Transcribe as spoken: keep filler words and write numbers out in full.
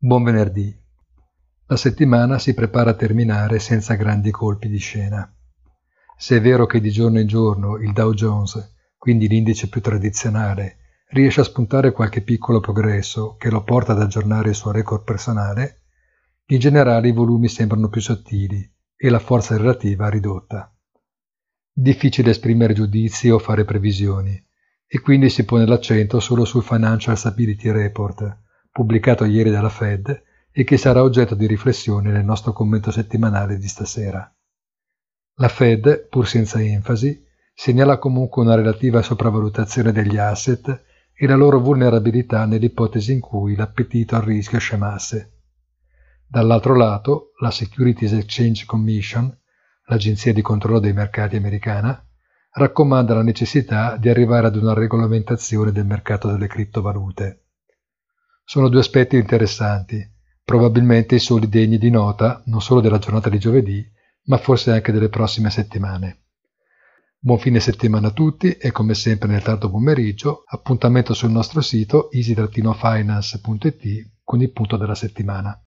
Buon venerdì. La settimana si prepara a terminare senza grandi colpi di scena. Se è vero che di giorno in giorno il Dow Jones, quindi l'indice più tradizionale, riesce a spuntare qualche piccolo progresso che lo porta ad aggiornare il suo record personale, in generale i volumi sembrano più sottili e la forza relativa ridotta. Difficile esprimere giudizi o fare previsioni, e quindi si pone l'accento solo sul Financial Stability Report, pubblicato ieri dalla Fed e che sarà oggetto di riflessione nel nostro commento settimanale di stasera. La Fed, pur senza enfasi, segnala comunque una relativa sopravvalutazione degli asset e la loro vulnerabilità nell'ipotesi in cui l'appetito al rischio scemasse. Dall'altro lato, la Securities Exchange Commission, l'agenzia di controllo dei mercati americana, raccomanda la necessità di arrivare ad una regolamentazione del mercato delle criptovalute. Sono due aspetti interessanti, probabilmente i soli degni di nota non solo della giornata di giovedì, ma forse anche delle prossime settimane. Buon fine settimana a tutti e come sempre nel tardo pomeriggio, appuntamento sul nostro sito easy dash finance punto it con il punto della settimana.